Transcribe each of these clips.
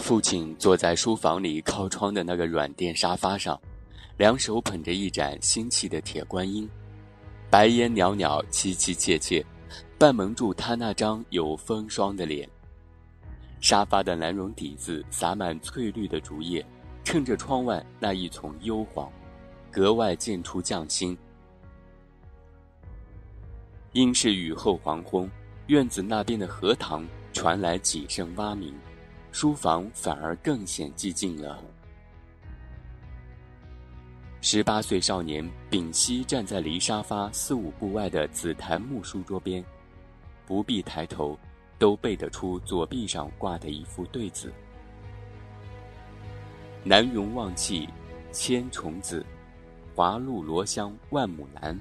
父亲坐在书房里靠窗的那个软垫沙发上，两手捧着一盏新砌的铁观音，白烟袅袅，凄凄切切，半蒙住他那张有风霜的脸。沙发的蓝绒底子洒满翠绿的竹叶，衬着窗外那一丛幽黄，格外见出匠心。应是雨后黄昏，院子那边的荷塘传来几声蛙鸣，书房反而更显寂静了。18岁少年屏息站在离沙发4、5步外的紫檀木书桌边，不必抬头，都背得出左臂上挂的一副对子：南云望气千重子，华露罗香万亩兰。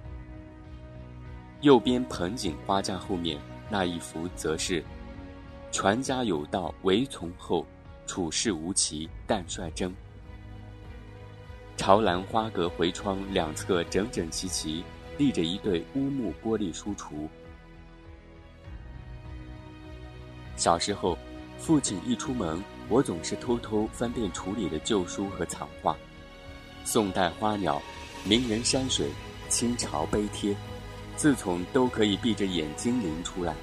右边盆景花架后面那一幅则是：传家有道唯从后，处世无奇但率真。朝蓝花格回窗两侧整整齐齐立着一对乌木玻璃书橱。小时候，父亲一出门，我总是偷偷翻遍橱里的旧书和藏画，宋代花鸟、名人山水、清朝碑帖，自从都可以闭着眼睛临出来。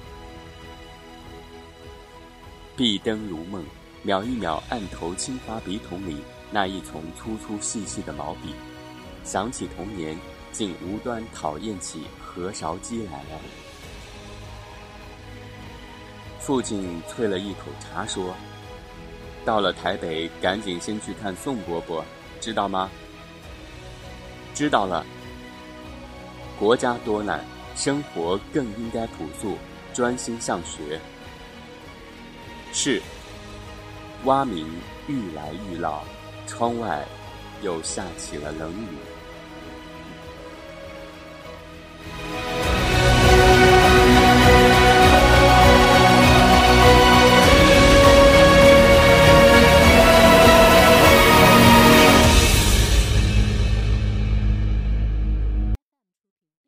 闭灯如梦，秒一秒按头青花笔筒里那一丛粗粗细细的毛笔，想起童年，竟无端讨厌起何韶鸡来了。父亲啐了一口茶说：到了台北，赶紧先去看宋伯伯，知道吗？知道了。国家多难，生活更应该朴素，专心上学。是。蛙鸣愈来愈老，窗外又下起了冷雨。